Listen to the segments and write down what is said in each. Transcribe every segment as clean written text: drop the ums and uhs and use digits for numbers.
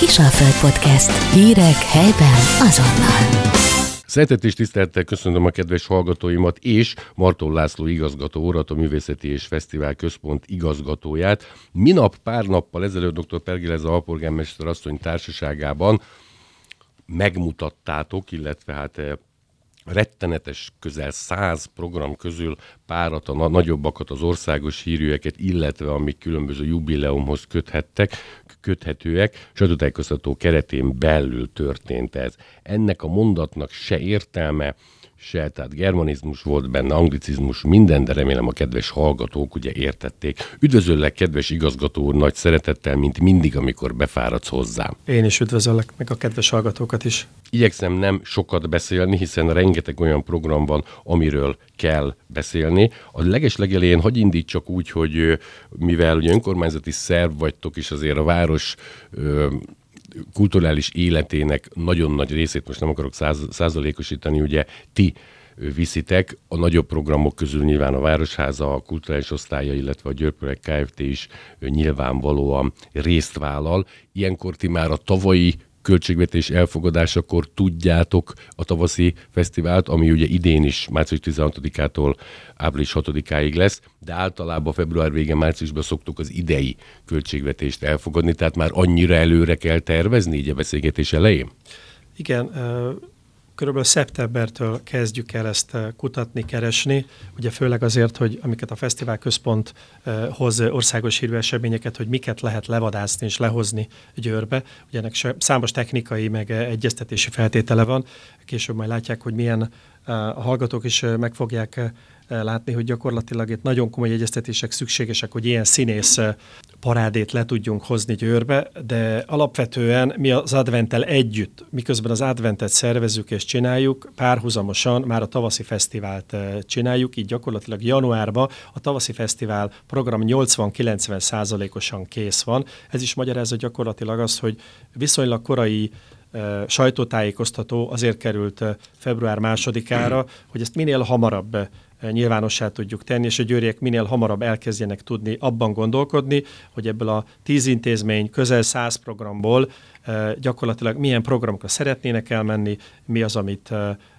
Kisalföld Podcast. Hírek helyben azonnal. Szeretettel és tisztelettel köszönöm a kedves hallgatóimat és Marton László igazgató urat, a Művészeti és Fesztivál Központ igazgatóját. Minap pár nappal ezelőtt dr. Pergileze alpolgármester asszony társaságában megmutattátok, illetve rettenetes közel 100 program közül párat, a nagyobbakat, az országos hírűeket, illetve amik különböző jubileumhoz köthetőek, sajtótájékoztató keretén belül történt ez. Ennek a mondatnak se értelme, se, tehát germanizmus volt benne, anglicizmus, minden, de remélem a kedves hallgatók ugye értették. Üdvözöllek, kedves igazgató úr, nagy szeretettel, mint mindig, amikor befáradsz hozzám. Én is üdvözöllek, meg a kedves hallgatókat is. Igyekszem nem sokat beszélni, hiszen rengeteg olyan program van, amiről kell beszélni. A legelején hadd indítsak úgy, hogy mivel ugye önkormányzati szerv vagytok, és azért a város kulturális életének nagyon nagy részét, most nem akarok százalékosítani, ugye ti viszitek. A nagyobb programok közül nyilván a Városháza, a kulturális osztálya, illetve a Győr Projekt Kft. Is nyilvánvalóan részt vállal. Ilyenkor ti már a tavalyi költségvetés elfogadásakor tudjátok a tavaszi fesztivált, ami ugye idén is március 16-ától április 6-áig lesz, de általában február vége, márciusban szoktuk az idei költségvetést elfogadni, tehát már annyira előre kell tervezni így a beszélgetés elején? Igen, körülbelül szeptembertől kezdjük el ezt kutatni, keresni, ugye főleg azért, hogy amiket a Fesztivál Központ hoz országos hírű eseményeket, hogy miket lehet levadászni és lehozni Győrbe. Ugye ennek számos technikai, meg egyeztetési feltétele van. Később majd látják, hogy milyen a hallgatók is meg fogják látni, hogy gyakorlatilag itt nagyon komoly egyeztetések szükségesek, hogy ilyen színész parádét le tudjunk hozni Győrbe, de alapvetően mi az adventtel együtt, miközben az adventet szervezzük és csináljuk, párhuzamosan már a tavaszi fesztivált csináljuk, így gyakorlatilag januárban a tavaszi fesztivál program 80-90%-osan kész van. Ez is magyarázza gyakorlatilag azt, hogy viszonylag korai sajtótájékoztató azért került február 2-ára, hogy ezt minél hamarabb nyilvánossá tudjuk tenni, és a győriek minél hamarabb elkezdjenek tudni abban gondolkodni, hogy ebből a 10 intézmény, közel 100 programból gyakorlatilag milyen programokra szeretnének elmenni, mi az, amit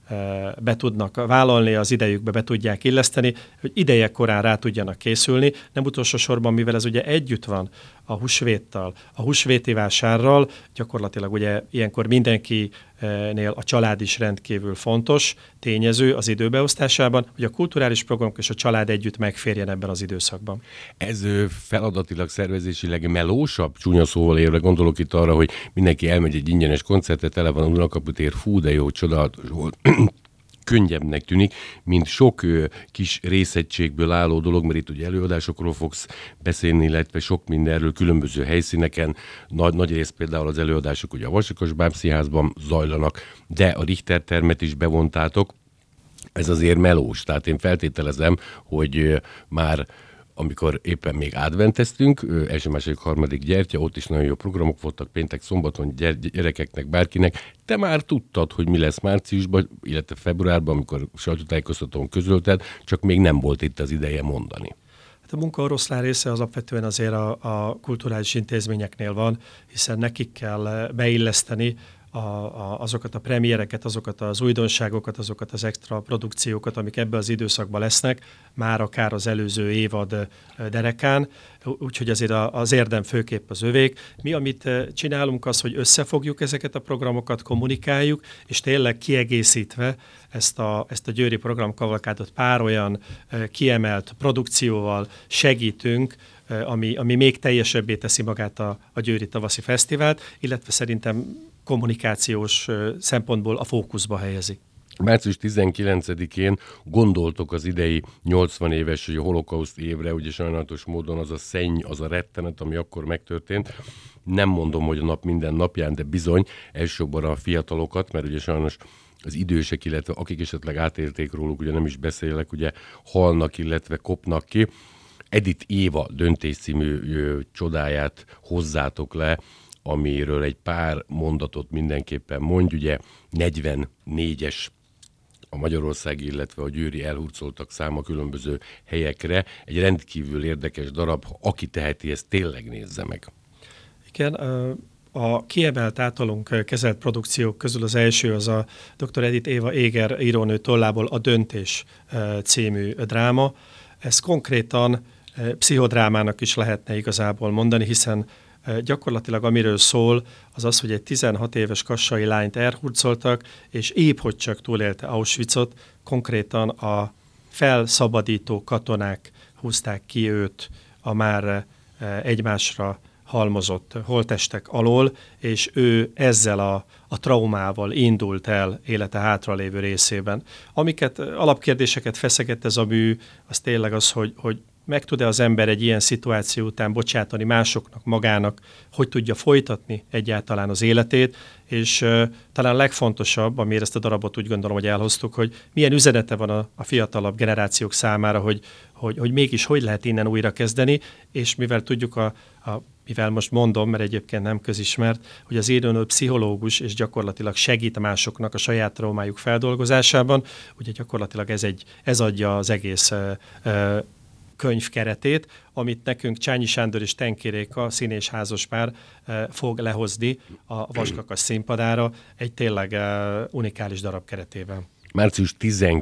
be tudnak vállalni, az idejükbe be tudják illeszteni, hogy ideje korán rá tudjanak készülni. Nem utolsó sorban, mivel ez ugye együtt van a húsvéttal, a húsvéti vásárral, gyakorlatilag ugye ilyenkor mindenkinél a család is rendkívül fontos tényező az időbeosztásában, hogy a kulturális programok és a család együtt megférjen ebben az időszakban. Ez feladatilag, szervezésileg melósabb, csúnya szóval érve, gondolok itt arra, hogy mindenki elmegy egy ingyenes koncertre, tele van a Dunakaputér, fú, de jó, csodálatos volt. Könnyebbnek tűnik, mint sok kis részegységből álló dolog, mert itt ugye előadásokról fogsz beszélni, illetve sok mindenről különböző helyszíneken. Nagy rész például az előadások ugye a Vasakas Bábszínházban zajlanak, de a Richter termet is bevontátok. Ez azért melós, tehát én feltételezem, hogy már amikor éppen még adventeztünk, első, második, harmadik gyertya, ott is nagyon jó programok voltak, péntek, szombaton gyerekeknek, bárkinek. Te már tudtad, hogy mi lesz márciusban, illetve februárban, amikor sajtótájékoztatón közölted, csak még nem volt itt az ideje mondani. Hát a munka oroszlán része az alapvetően azért a kulturális intézményeknél van, hiszen nekik kell beilleszteni azokat a premiereket, azokat az újdonságokat, azokat az extra produkciókat, amik ebben az időszakban lesznek, már akár az előző évad derekán, úgyhogy azért az érdem főképp az övék. Mi, amit csinálunk, az, hogy összefogjuk ezeket a programokat, kommunikáljuk, és tényleg kiegészítve ezt a győri programkavalkádot pár olyan kiemelt produkcióval segítünk, ami még teljesebbé teszi magát a győri tavaszi fesztivált, illetve szerintem kommunikációs szempontból a fókuszba helyezi. Március 19-én gondoltok az idei 80 éves holokauszt évre, ugye sajnálatos módon az a szenny, az a rettenet, ami akkor megtörtént. Nem mondom, hogy a nap minden napján, de bizony elsősorban a fiatalokat, mert ugye sajnos az idősek, illetve akik esetleg átélték róluk, ugye nem is beszélek, ugye halnak, illetve kopnak ki. Edith Éva döntés című csodáját hozzátok le, amiről egy pár mondatot mindenképpen mondj, ugye 44-es a magyarországi, illetve a győri elhurcoltak száma különböző helyekre. Egy rendkívül érdekes darab, aki teheti, ezt tényleg nézze meg. Igen, A kiemelt általunk kezelt produkciók közül az első az a dr. Edith Éva Éger írónő tollából a Döntés című dráma. Ez konkrétan pszichodrámának is lehetne igazából mondani, hiszen gyakorlatilag amiről szól, az az, hogy egy 16 éves kassai lányt elhurcoltak, és épp hogy csak túlélte Auschwitzot, konkrétan a felszabadító katonák húzták ki őt a már egymásra halmozott holttestek alól, és ő ezzel a traumával indult el élete hátralévő részében. Amiket alapkérdéseket feszegett ez a mű, az tényleg az, hogy meg tud-e az ember egy ilyen szituáció után bocsátani másoknak, magának, hogy tudja folytatni egyáltalán az életét, és talán a legfontosabb, amiért ezt a darabot úgy gondolom, hogy elhoztuk, hogy milyen üzenete van a fiatalabb generációk számára, hogy mégis hogy lehet innen újra kezdeni, és mivel tudjuk mivel most mondom, mert egyébként nem közismert, hogy az írónő pszichológus, és gyakorlatilag segít másoknak a saját traumájuk feldolgozásában, ugye gyakorlatilag ez adja az egész könyv keretét, amit nekünk Csányi Sándor és Tenki Réka, színés házaspár fog lehozni a Vaskakas színpadára egy tényleg unikális darab keretében. Március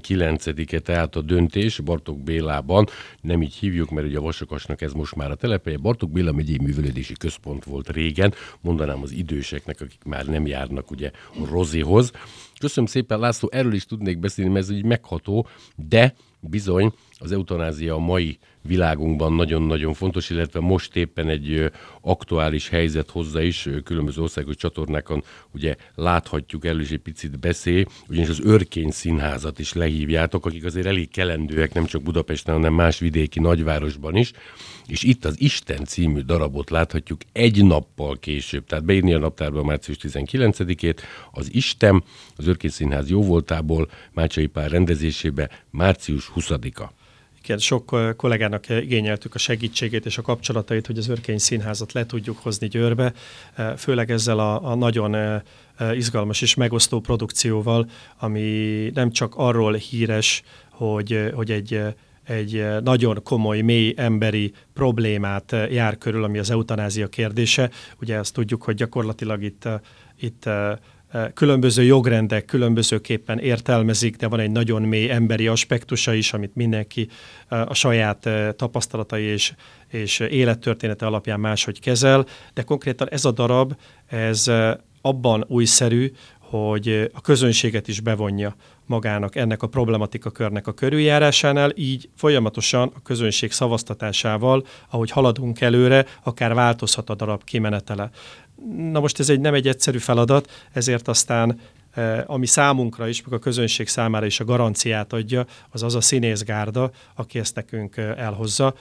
19-e tehát a Döntés Bartók Bélában, nem így hívjuk, mert ugye a Vasakasnak ez most már a telepeje. Bartók Béla megyei művelődési központ volt régen, mondanám az időseknek, akik már nem járnak ugye a Rozihoz. Köszönöm szépen, László, erről is tudnék beszélni, mert ez így megható, de bizony az eutanázia a mai világunkban nagyon-nagyon fontos, illetve most éppen egy aktuális helyzet hozzá is, különböző országos csatornákon ugye láthatjuk, erről is egy picit beszél, ugyanis az Örkény Színházat is lehívjátok, akik azért elég kelendőek, nem csak Budapesten, hanem más vidéki nagyvárosban is, és itt az Isten című darabot láthatjuk egy nappal később, tehát beírni a naptárba március 19-ét, az Isten, az Örkény Színház jóvoltából, Mácsai Pál rendezésébe március 20-a. Igen, sok kollégának igényeltük a segítségét és a kapcsolatait, hogy az Örkény Színházat le tudjuk hozni Győrbe, főleg ezzel a nagyon izgalmas és megosztó produkcióval, ami nem csak arról híres, hogy egy nagyon komoly, mély emberi problémát jár körül, ami az eutanázia kérdése. Ugye azt tudjuk, hogy gyakorlatilag itt különböző jogrendek különbözőképpen értelmezik, de van egy nagyon mély emberi aspektusa is, amit mindenki a saját tapasztalatai és élettörténete alapján máshogy kezel, de konkrétan ez a darab, ez abban újszerű, hogy a közönséget is bevonja magának ennek a problematika körnek a körüljárásánál, így folyamatosan a közönség szavaztatásával, ahogy haladunk előre, akár változhat a darab kimenetele. Na most ez nem egy egyszerű feladat, ezért aztán ami számunkra is, meg a közönség számára is a garanciát adja, az a színészgárda, aki ezt nekünk elhozza.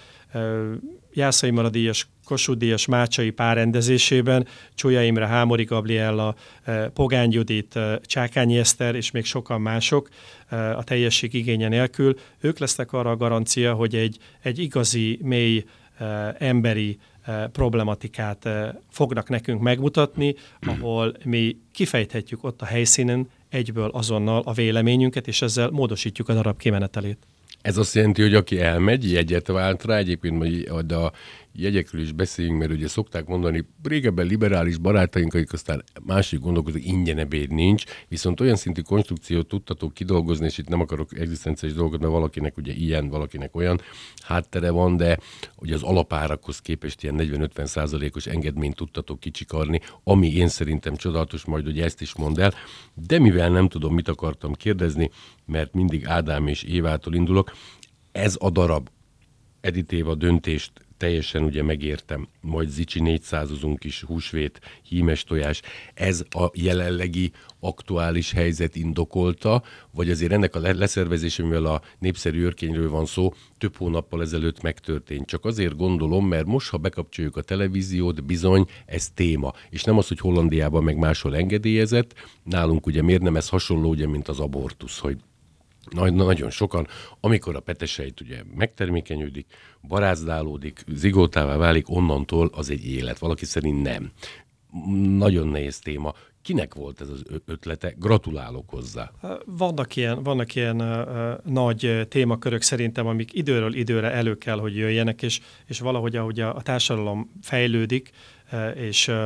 Jászai Mara díjas, Kossuth díjas Mácsai Pál rendezésében, Csúlya Imre, Hámori Gabriella, Pogány Judit, Csákányi Eszter és még sokan mások a teljesség igénye nélkül. Ők lesznek arra a garancia, hogy egy igazi, mély, emberi problematikát fognak nekünk megmutatni, ahol mi kifejthetjük ott a helyszínen egyből azonnal a véleményünket, és ezzel módosítjuk a darab kimenetelét. Ez azt jelenti, hogy aki elmegy, jegyet vált rá, egyébként majd a jegyekről is beszéljünk, mert ugye szokták mondani, régebben liberális barátaink, akik aztán másik gondolkozók, ingyen ebéd nincs, viszont olyan szintű konstrukciót tudtatok kidolgozni, és itt nem akarok egzisztenciális dolgot, mert valakinek ugye ilyen, valakinek olyan háttere van, de ugye az alapárakhoz képest ilyen 40-50%-os engedményt tudtatok kicsikarni, ami én szerintem csodálatos, majd ugye ezt is mondd el, de mivel nem tudom, mit akartam kérdezni, mert mindig Ádám és Évától indulok, ez a darab, Edith Éva Döntést teljesen ugye megértem, majd Zicsi 400-ozunk is, húsvét, hímes tojás, ez a jelenlegi aktuális helyzet indokolta, vagy azért ennek a leszervezése, mivel a népszerű Örkényről van szó, több hónappal ezelőtt megtörtént. Csak azért gondolom, mert most, ha bekapcsoljuk a televíziót, bizony ez téma. És nem az, hogy Hollandiában meg máshol engedélyezett, nálunk ugye miért nem ez hasonló, ugye, mint az abortusz, hogy nagyon sokan, amikor a petesejt ugye megtermékenyődik, barázdálódik, zigótává válik, onnantól az egy élet. Valaki szerint nem. Nagyon nehéz téma. Kinek volt ez az ötlete? Gratulálok hozzá. Vannak ilyen nagy témakörök szerintem, amik időről időre elő kell, hogy jöjjenek, és valahogy ahogy a társadalom fejlődik, és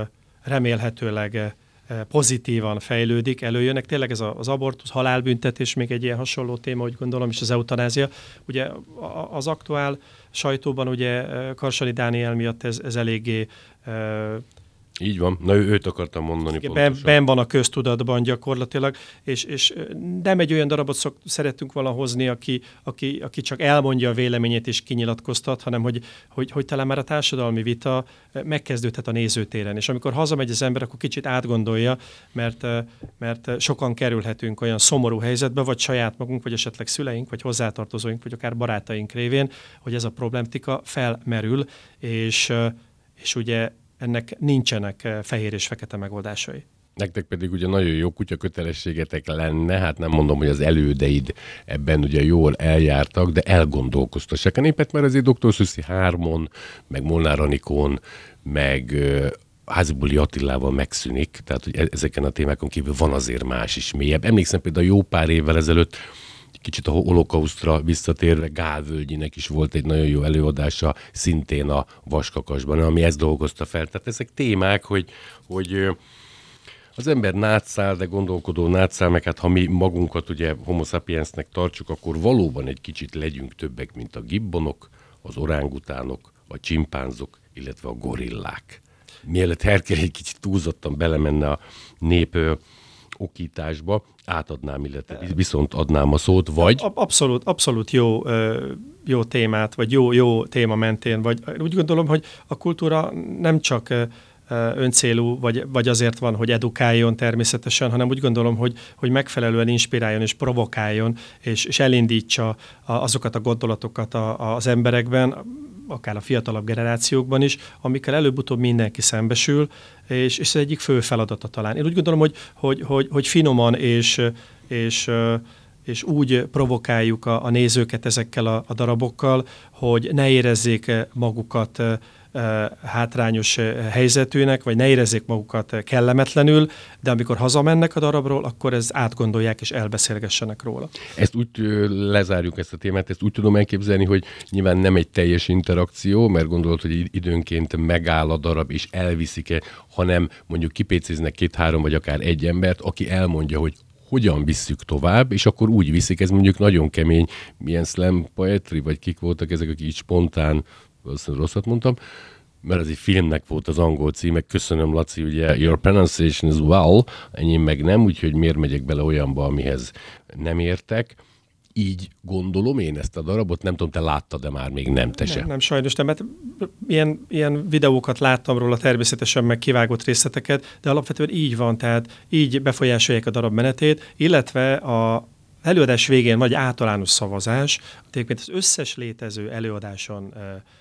remélhetőleg pozitívan fejlődik, előjönnek. Tényleg ez az abortusz, halálbüntetés még egy ilyen hasonló téma, úgy gondolom, és az eutanázia. Ugye az aktuál sajtóban ugye Karsani Dániel miatt ez eléggé így van. Na, őt akartam mondani pontosan. Ben van a köztudatban gyakorlatilag, és nem egy olyan darabot szeretünk vala hozni, aki csak elmondja a véleményét és kinyilatkoztat, hanem hogy talán már a társadalmi vita megkezdődhet a nézőtéren. És amikor hazamegy az ember, akkor kicsit átgondolja, mert sokan kerülhetünk olyan szomorú helyzetbe, vagy saját magunk, vagy esetleg szüleink, vagy hozzátartozóink, vagy akár barátaink révén, hogy ez a problématika felmerül, és ugye ennek nincsenek fehér és fekete megoldásai. Nektek pedig ugye nagyon jó kutya kötelességetek lenne, hát nem mondom, hogy az elődeid ebben ugye jól eljártak, de elgondolkoztassák a népet, mert azért Dr. Szüsszi 3-on, meg Molnár Anikón, meg Házibuli Attilával megszűnik, tehát hogy ezeken a témákon kívül van azért más is mélyebb. Emlékszem például jó pár évvel ezelőtt, kicsit a holokausztra visszatérve, Gál Völgyinek is volt egy nagyon jó előadása, szintén a Vaskakasban, ami ezt dolgozta fel. Tehát ezek témák, hogy az ember nátszál, de gondolkodó nátszál, meg hát ha mi magunkat ugye homo sapiensnek tartsuk, akkor valóban egy kicsit legyünk többek, mint a gibbonok, az orángutánok, a csimpánzok, illetve a gorillák. Mielőtt Herkel egy kicsit túlzottan belemenne a nép okításba, átadnám, illetve viszont adnám a szót, vagy... Abszolút jó témát, vagy jó téma mentén, vagy úgy gondolom, hogy a kultúra nem csak öncélú, vagy azért van, hogy edukáljon természetesen, hanem úgy gondolom, hogy megfelelően inspiráljon és provokáljon, és elindítsa azokat a gondolatokat az emberekben, akár a fiatalabb generációkban is, amikkel előbb-utóbb mindenki szembesül, és ez egyik fő feladata talán. Én úgy gondolom, hogy finoman és úgy provokáljuk a nézőket ezekkel a darabokkal, hogy ne érezzék magukat hátrányos helyzetűnek, vagy ne érezzék magukat kellemetlenül, de amikor hazamennek a darabról, akkor ezt átgondolják és elbeszélgessenek róla. Ezt úgy lezárjuk ezt a témát, ezt úgy tudom elképzelni, hogy nyilván nem egy teljes interakció, mert gondolod, hogy időnként megáll a darab és elviszik-e, hanem mondjuk kipécéznek 2-3 vagy akár egy embert, aki elmondja, hogy hogyan visszük tovább, és akkor úgy viszik, ez mondjuk nagyon kemény, milyen slam poetry, vagy kik voltak ezek, akik így spontán, valószínűleg rosszat mondtam, mert ez egy filmnek volt az angol címe, köszönöm Laci, ugye your pronunciation is well, enyém meg nem, úgyhogy miért megyek bele olyanba, amihez nem értek. Így gondolom én ezt a darabot, nem tudom, te láttad, de már még nem, te sem. Nem, sajnos nem, mert ilyen videókat láttam róla természetesen, meg kivágott részleteket, de alapvetően így van, tehát így befolyásolják a darab menetét, illetve a előadás végén vagy általános szavazás, tényleg az összes létező előadáson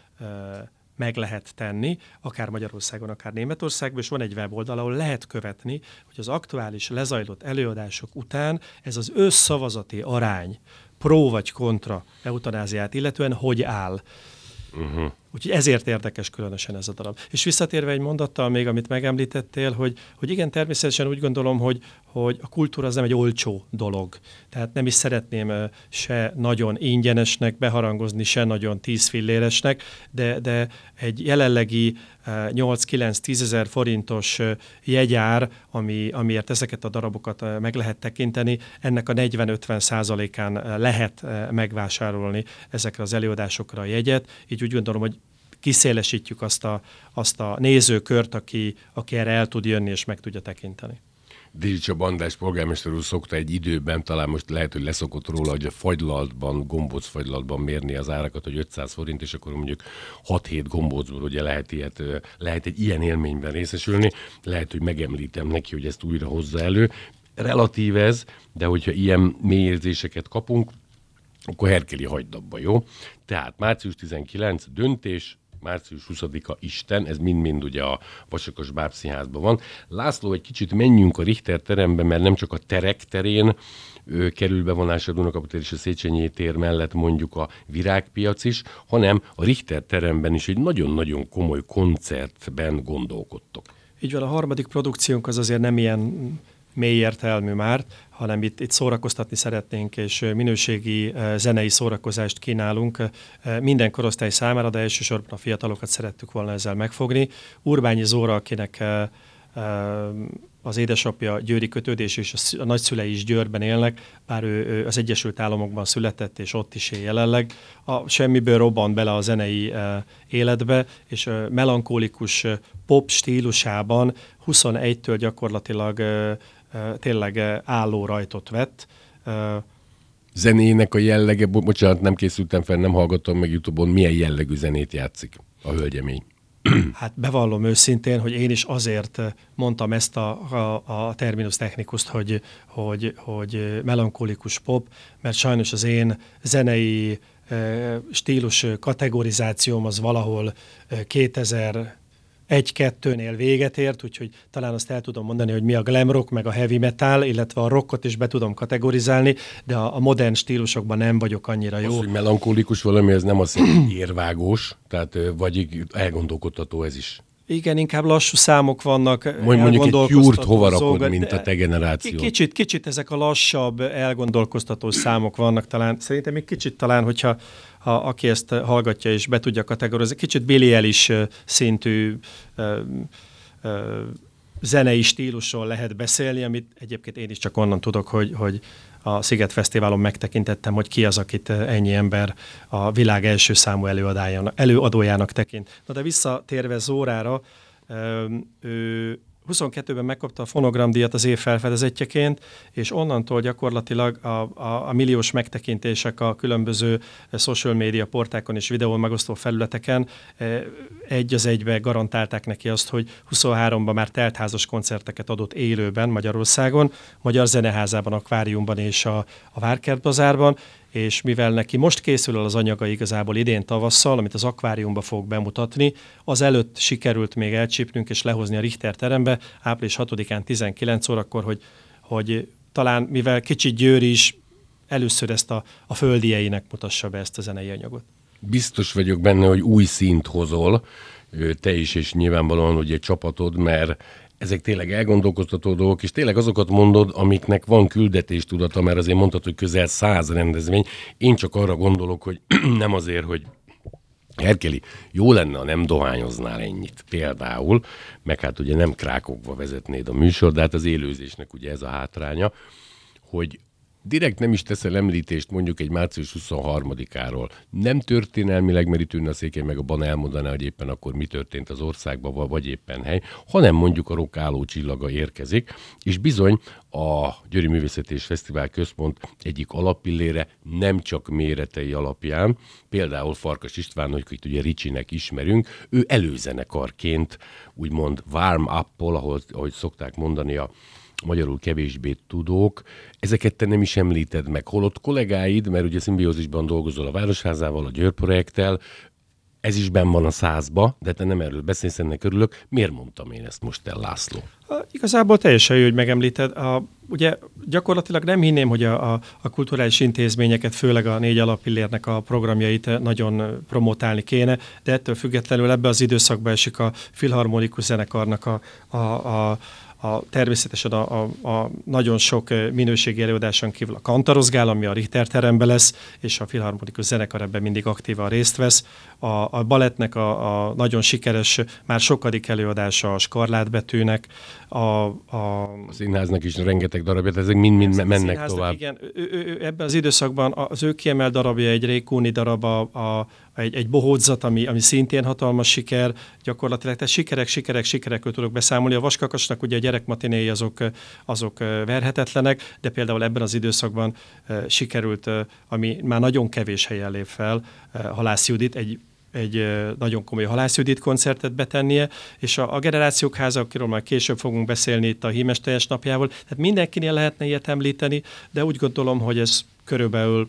meg lehet tenni, akár Magyarországon, akár Németországban, és van egy weboldal, ahol lehet követni, hogy az aktuális lezajlott előadások után ez az összszavazati arány pro vagy kontra eutanáziát illetően hogy áll. Úgyhogy ezért érdekes különösen ez a darab. És visszatérve egy mondattal még, amit megemlítettél, hogy igen, természetesen úgy gondolom, hogy a kultúra az nem egy olcsó dolog. Tehát nem is szeretném se nagyon ingyenesnek beharangozni, se nagyon 10 filléresnek, de egy jelenlegi 8-9-10 ezer forintos jegyár, amiért ezeket a darabokat meg lehet tekinteni, ennek a 40-50%-án lehet megvásárolni ezekre az előadásokra a jegyet. Így úgy gondolom, hogy kiszélesítjük azt a nézőkört, aki erre el tud jönni és meg tudja tekinteni. Dézsi Csaba András polgármester úr szokta egy időben, talán most lehet, hogy leszokott róla, hogy a fagylaltban, gombócfagylaltban mérni az árakat, hogy 500 forint, és akkor mondjuk 6-7 gombócból ugye lehet egy ilyen élményben részesülni. Lehet, hogy megemlítem neki, hogy ezt újra hozza elő. Relatív ez, de hogyha ilyen mély érzéseket kapunk, akkor Herkeli hagyd abba, jó? Tehát március 19 döntés, március 20-a Isten, ez mind-mind ugye a Vasakas Bábszínházban van. László, egy kicsit menjünk a Richter terembe, mert nem csak a terek terén kerül bevonásra a Dunakaputér és a Széchenyi tér mellett mondjuk a Virágpiac is, hanem a Richter teremben is egy nagyon-nagyon komoly koncertben gondolkodtok. Így van, a harmadik produkciónk az azért nem ilyen mély értelmű már, hanem itt szórakoztatni szeretnénk, és minőségi zenei szórakozást kínálunk minden korosztály számára, de elsősorban a fiatalokat szerettük volna ezzel megfogni. Urbányi Zóra, akinek az édesapja győri kötődés, és a nagyszülei is Győrben élnek, bár ő az Egyesült Államokban született, és ott is él jelenleg. Semmiből robbant bele a zenei életbe, és melankolikus pop stílusában 21-től gyakorlatilag tényleg álló rajtot vett. Zenének a jellege, bocsánat, nem készültem fel, nem hallgattam meg YouTube-on, milyen jellegű zenét játszik a hölgyemény? Hát bevallom őszintén, hogy én is azért mondtam ezt a terminus technikust, hogy melankolikus pop, mert sajnos az én zenei stílus kategorizációm az valahol 2001-2-nél véget ért, úgyhogy talán azt el tudom mondani, hogy mi a glam rock, meg a heavy metal, illetve a rockot is be tudom kategorizálni, de a modern stílusokban nem vagyok annyira jó. Az, hogy melankolikus valami, ez nem azt jelenti, hogy érvágós, tehát vagy elgondolkodtató ez is. Igen, inkább lassú számok vannak. Mondjuk egy Cure-t hova rakod, mint a te generáció. Kicsit ezek a lassabb, elgondolkoztató számok vannak talán. Szerintem egy kicsit talán, hogyha aki ezt hallgatja és be tudja kategorizni, kicsit Billie Eilish szintű zenei stílusról lehet beszélni, amit egyébként én is csak onnan tudok, hogy a Sziget Fesztiválon megtekintettem, hogy ki az, akit ennyi ember a világ első számú előadójának tekint. Na de visszatérve Zórára, ő 22-ben megkapta a fonogramdíjat az év felfedezettjeként, és onnantól gyakorlatilag a milliós megtekintések a különböző social media portákon és videón megosztó felületeken egy az egybe garantálták neki azt, hogy 23-ban már teltházas koncerteket adott élőben Magyarországon, Magyar Zeneházában, Akváriumban és a Várkert Bazárban, és mivel neki most készül el az anyaga igazából idén tavasszal, amit az Akváriumba fog bemutatni, az előtt sikerült még elcsípnünk és lehozni a Richter terembe, április 6-án 19 órakor, hogy talán mivel kicsit Győr is először ezt a földieinek mutassa be ezt a zenei anyagot. Biztos vagyok benne, hogy új színt hozol, te is, és nyilvánvalóan ugye csapatod, mert ezek tényleg elgondolkoztató dolgok, és tényleg azokat mondod, amiknek van küldetéstudata, mert azért mondtad, hogy közel 100 rendezvény. Én csak arra gondolok, hogy nem azért, hogy Erkeli, jó lenne, ha nem dohányoznál ennyit például, meg hát ugye nem krákokba vezetnéd a műsor, de hát az élőzésnek ugye ez a hátránya, hogy direkt nem is teszel említést mondjuk egy március 23-áról. Nem történelmileg, mert itt ülne a Székely meg a Ban elmondaná, hogy éppen akkor mi történt az országban, vagy éppen hely, hanem mondjuk a rock álló csillaga érkezik, és bizony a Győri Művészeti és Fesztivál Központ egyik alappillére nem csak méretei alapján, például Farkas István, akit ugye Ricsinek ismerünk, ő előzenekarként úgymond warm up-ol, ahogy szokták mondani a magyarul kevésbé tudók, ezeket te nem is említed meg. Holott kollégáid, mert ugye szimbiózisban dolgozol a Városházával, a Győr projekttel, ez is benn van a 100-ba, de te nem erről beszélsz, ennek örülök. Miért mondtam én ezt most el, László? Igazából teljesen jó, hogy megemlíted. Ugye gyakorlatilag nem hinném, hogy a kulturális intézményeket, főleg a 4 alappillérnek a programjait nagyon promotálni kéne, de ettől függetlenül ebbe az időszakba esik a Filharmonikus Zenekarnak természetesen a nagyon sok minőségi előadáson kívül a Kantarozgál, ami a Richter teremben lesz, és a Filharmonikus Zenekar ebben mindig aktívan részt vesz. A balettnek a nagyon sikeres, már sokadik előadása a Skarlátbetűnek. A színháznak is rengeteg darabja, ezek mind mennek tovább. Igen, ebben az időszakban az ő kiemelt darabja egy Rékúni darab, egy bohódzat, ami szintén hatalmas siker, gyakorlatilag, tehát sikerekről tudok beszámolni. A Vaskakasnak ugye a gyerekmatinéi azok verhetetlenek, de például ebben az időszakban sikerült, ami már nagyon kevés helyen lép fel, Halász Judit, egy nagyon komoly Halász Judit koncertet betennie, és a Generációk Háza, akiről majd később fogunk beszélni itt a Hímes Teljes napjával, tehát mindenkinél lehetne ilyet említeni, de úgy gondolom, hogy ez körülbelül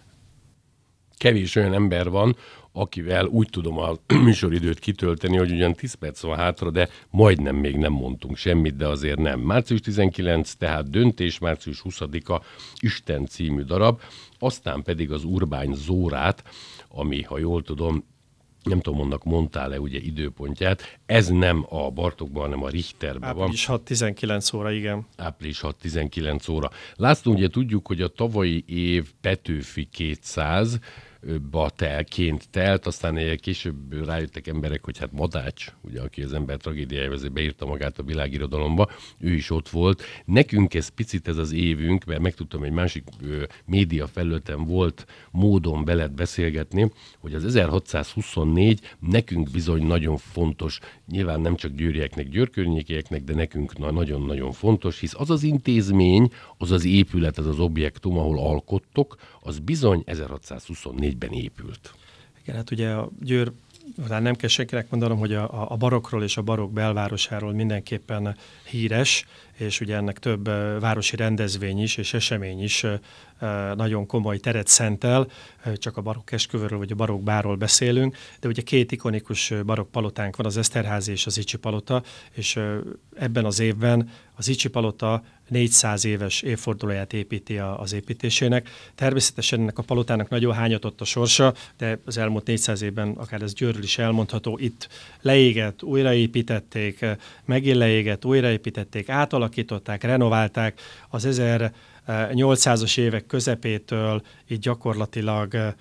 kevés olyan ember van, akivel úgy tudom a műsoridőt kitölteni, hogy ugyan 10 perc van hátra, de majdnem még nem mondtunk semmit, de azért nem. Március 19, tehát döntés, március 20-a Isten című darab, aztán pedig az Urbány Zórát, ami, ha jól tudom, nem tudom, annak mondtál-e ugye időpontját, ez nem a Bartókban, hanem a Richterben van. Április 6-19 óra, igen. Április 6-19 óra. László, ugye tudjuk, hogy a tavalyi év Petőfi 200 telként telt, aztán később rájöttek emberek, hogy hát Madács, ugye, aki az ember tragédiája vezet, beírta magát a világirodalomba, ő is ott volt. Nekünk ez picit ez az évünk, mert megtudtam, egy másik média felületen volt módon veled beszélgetni, hogy az 1624 nekünk bizony nagyon fontos, nyilván nem csak győrieknek, győrkörnyékieknek, de nekünk nagyon-nagyon fontos, hisz az az intézmény, az az épület, az az objektum, ahol alkottok, az bizony 1624-ben épült. Igen, hát ugye a Győr, nem kell senkinek mondanom, hogy a barokkról és a barokk belvárosáról mindenképpen híres, és ugye ennek több városi rendezvény is és esemény is nagyon komoly teret szentel, csak a barokk esküvőről vagy a barokk bárról beszélünk, de ugye két ikonikus barokk palotánk van, az Eszterházy és az Icsi palota, és ebben az évben az Icsi palota 400 éves évfordulóját építi az építésének. Természetesen ennek a palotának nagyon hányatott a sorsa, de az elmúlt 400 évben akár ez Győrről is elmondható, itt leégett, újraépítették, megint leégett, újraépítették, átalakították, renoválták. Az 1800-as évek közepétől így gyakorlatilag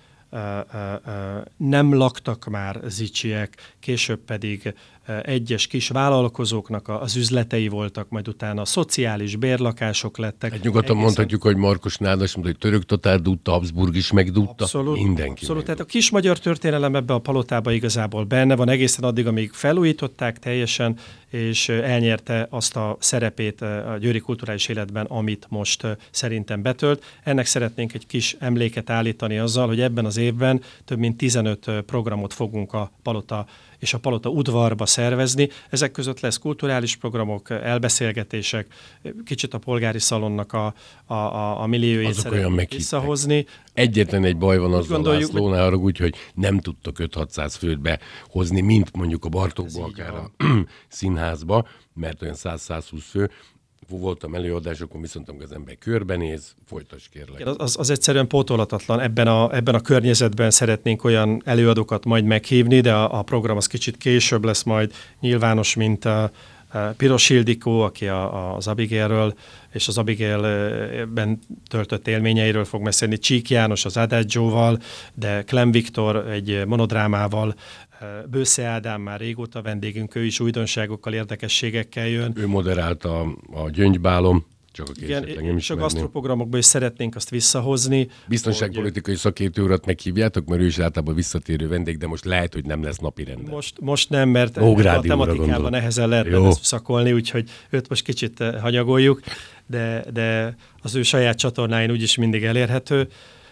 nem laktak már zicsiek, később pedig egyes kis vállalkozóknak az üzletei voltak, majd utána szociális bérlakások lettek. Hát nyugodtan mondhatjuk, hogy Markos Nádas, hogy török tatár dúdta, Habsburg is megdúdta, mindenki. Abszolút, tehát a kis magyar történelem ebbe a palotába igazából benne van egészen addig, amíg felújították teljesen, és elnyerte azt a szerepét a győri kulturális életben, amit most szerintem betölt. Ennek szeretnénk egy kis emléket állítani azzal, hogy ebben az évben több mint 15 programot fogunk a palota és a palota udvarba szervezni. Ezek között lesz kulturális programok, elbeszélgetések, kicsit a polgári szalonnak a milliójét szeretnénk visszahozni. Egyetlen egy baj van azzal, László, ne haragudj, hogy nem tudtok 5-600 főt behozni, mint mondjuk a Bartókba, akár a színházba, mert olyan 100-120 fő. Voltam előadásokon, viszont amikor az ember körbenéz, folytass kérlek. Az egyszerűen pótolhatatlan. Ebben a környezetben szeretnénk olyan előadókat majd meghívni, de a program az kicsit később lesz majd nyilvános, mint a Piros Ildikó, aki az Abigailről és az Abigailben töltött élményeiről fog beszélni, Csík János az Adagio-val, de Clem Viktor egy monodrámával, Bősze Ádám már régóta vendégünk, ő is újdonságokkal, érdekességekkel jön. Ő moderálta a Gyöngybálom, csak a készítleg nem is a gasztroprogramokból is szeretnénk azt visszahozni. Biztonságpolitikai szakértő urat meghívjátok, mert ő is általában visszatérő vendég, de most lehet, hogy nem lesz napi renden. Most nem, mert a tematikában nehezen lehetne szakolni, úgyhogy őt most kicsit hanyagoljuk, de az ő saját csatornáin úgyis mindig elérhető.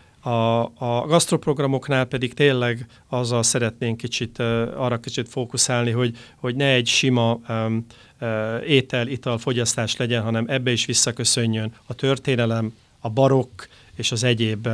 A gasztroprogramoknál pedig tényleg azzal szeretnénk arra kicsit fókuszálni, hogy ne egy sima étel-ital fogyasztás legyen, hanem ebbe is visszaköszönjön a történelem, a barokk és az egyéb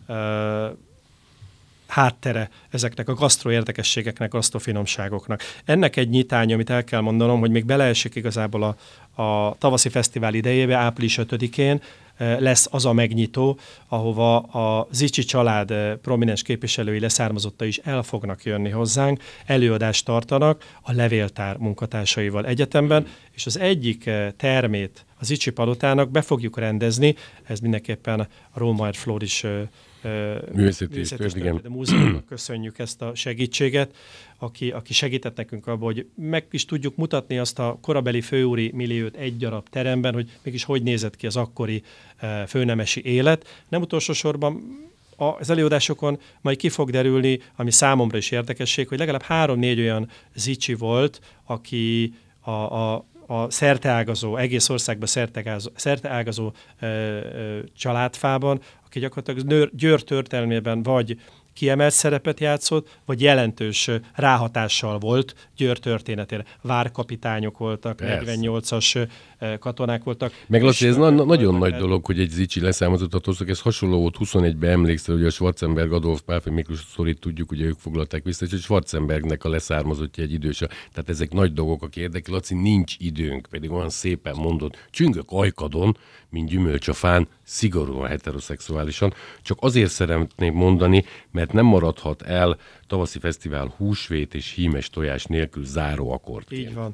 háttere ezeknek a gasztro érdekességeknek, gasztrofinomságoknak. Ennek egy nyitány, amit el kell mondanom, hogy még beleesik igazából a tavaszi fesztivál idejébe, április 5-én lesz az a megnyitó, ahova a Zicsi család prominens képviselői leszármazottai is el fognak jönni hozzánk, előadást tartanak a levéltár munkatársaival egyetemben, és az egyik termét az Zicsi palotának be fogjuk rendezni, ez mindenképpen a Rómaier Floris Művészeti Múzeumnak köszönjük ezt a segítséget, aki segített nekünk abban, hogy meg is tudjuk mutatni azt a korabeli főúri milliót egy darab teremben, hogy mégis hogy nézett ki az akkori főnemesi élet. Nem utolsó sorban az előadásokon majd ki fog derülni, ami számomra is érdekesség, hogy legalább 3-4 olyan zicsi volt, aki a szerteágazó, egész országban szerteágazó családfában, aki gyakorlatilag Győr történelmében vagy kiemelt szerepet játszott, vagy jelentős ráhatással volt Győr történetére. Várkapitányok voltak, 48-as katonák voltak. Meg Laci, ez nagyon nagy dolog, hogy egy zicsi leszármazottat hoztak. Ez hasonló volt 21-ben, emlékszel, hogy a Schwarzenberg Adolf Pálfai Miklós sztorit tudjuk, ugye ők foglalták vissza, és a Schwarzenbergnek a leszármazottja egy idős. Tehát ezek nagy dolgok, aki érdekel. Laci, nincs időnk, pedig olyan szépen mondod, csüngök ajkadon, mint gyümölcs a fán, szigorúan heteroszexuálisan. Csak azért szeretném mondani, mert nem maradhat el tavaszi fesztivál húsvét és hímes tojás nélkül záró akkordként. Így van.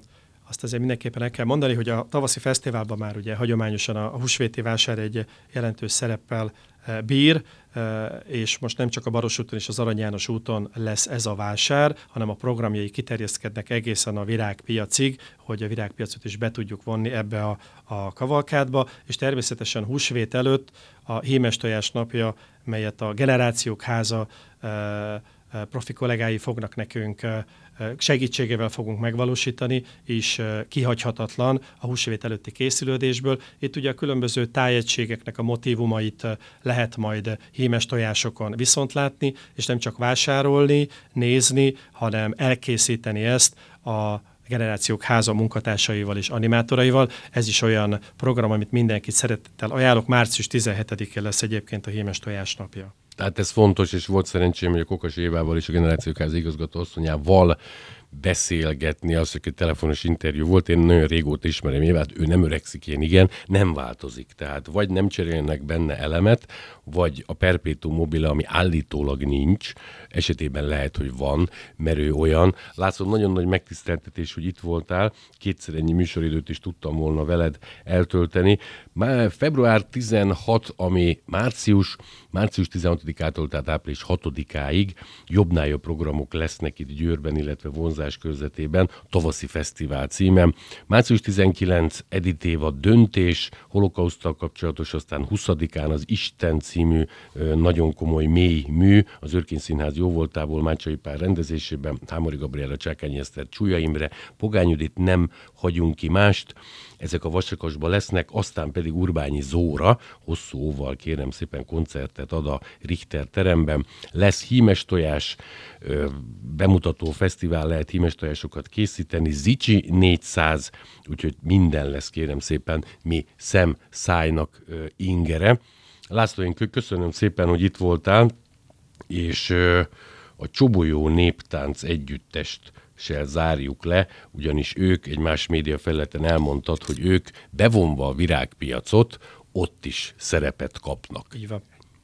azt azért mindenképpen el kell mondani, hogy a tavaszi fesztiválban már ugye hagyományosan a húsvéti vásár egy jelentős szereppel bír, és most nem csak a Baros úton és az Arany János úton lesz ez a vásár, hanem a programjai kiterjeszkednek egészen a Virágpiacig, hogy a Virágpiacot is be tudjuk vonni ebbe a kavalkádba, és természetesen húsvét előtt a Hímes tojás napja, melyet a Generációk Háza profi kollégái fognak nekünk segítségével fogunk megvalósítani, és kihagyhatatlan a húsvét előtti készülődésből. Itt ugye a különböző tájegységeknek a motívumait lehet majd hímes tojásokon viszont látni, és nem csak vásárolni, nézni, hanem elkészíteni ezt a Generációk Háza munkatársaival és animátoraival. Ez is olyan program, amit mindenkit szeretettel ajánlok. Március 17-én lesz egyébként a Hímes tojás napja. Tehát ez fontos, és volt szerencsém, hogy a Kokas Évával és a Generációk Háza igazgató asszonyával beszélgetni, az, hogy egy telefonos interjú volt, én nagyon régóta ismerem Évát, ő nem öregszik, én igen, nem változik. Tehát vagy nem cserélnek benne elemet, vagy a perpétuum mobile, ami állítólag nincs, esetében lehet, hogy van, mert ő olyan. Látszom, nagyon nagy megtiszteltetés, hogy itt voltál, kétszer ennyi műsoridőt is tudtam volna veled eltölteni. Már február 16, ami március 16-ától, tehát április 6-áig jobbnál jobb programok lesznek itt Győrben, illetve vonzás körzetében, tavaszi fesztivál címen. Március 19 Edith Éva döntés, holokauszttal kapcsolatos, aztán 20-án az Isten című nagyon komoly mély mű, az Örkény Színház jóvoltából Mácsai Pál rendezésében, Hámori Gabriella, Csákányi Eszter, Csúlya Imre, Pogány Judit, nem hagyunk ki mást. Ezek a Vasakasban lesznek, aztán pedig Urbányi Zóra, hosszú óval kérem szépen koncertet ad a Richter teremben. Lesz hímes tojás, bemutató fesztivál, lehet hímes tojásokat készíteni, Zicsi 400, úgyhogy minden lesz, kérem szépen, mi szem-szájnak ingere. László, én köszönöm szépen, hogy itt voltál, és a Csobolyó Néptánc Együttest se zárjuk le, ugyanis ők egy más média felületen elmondtad, hogy ők bevonva a Virágpiacot, ott is szerepet kapnak. Így van.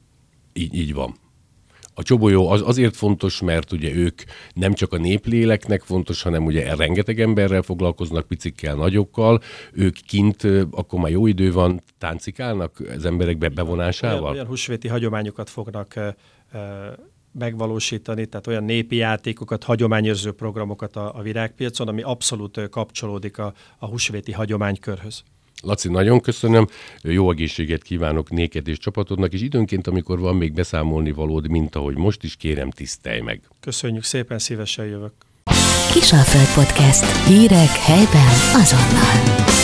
Így van. A Csobolyó azért fontos, mert ugye ők nem csak a népléleknek fontos, hanem ugye rengeteg emberrel foglalkoznak, picikkel, nagyokkal. Ők kint, akkor már jó idő van, táncikálnak az emberek bevonásával? Olyan húsvéti hagyományokat fognak megvalósítani, tehát olyan népi játékokat, hagyományőrző programokat a Virágpiacon, ami abszolút kapcsolódik a húsvéti hagyománykörhöz. Laci, nagyon köszönöm, jó egészséget kívánok néked és csapatodnak, és időnként, amikor van még beszámolni valód, mint ahogy most is, kérem, tisztelj meg. Köszönjük szépen, szívesen jövök. Kisalföld Podcast. Hírek helyben azonnal.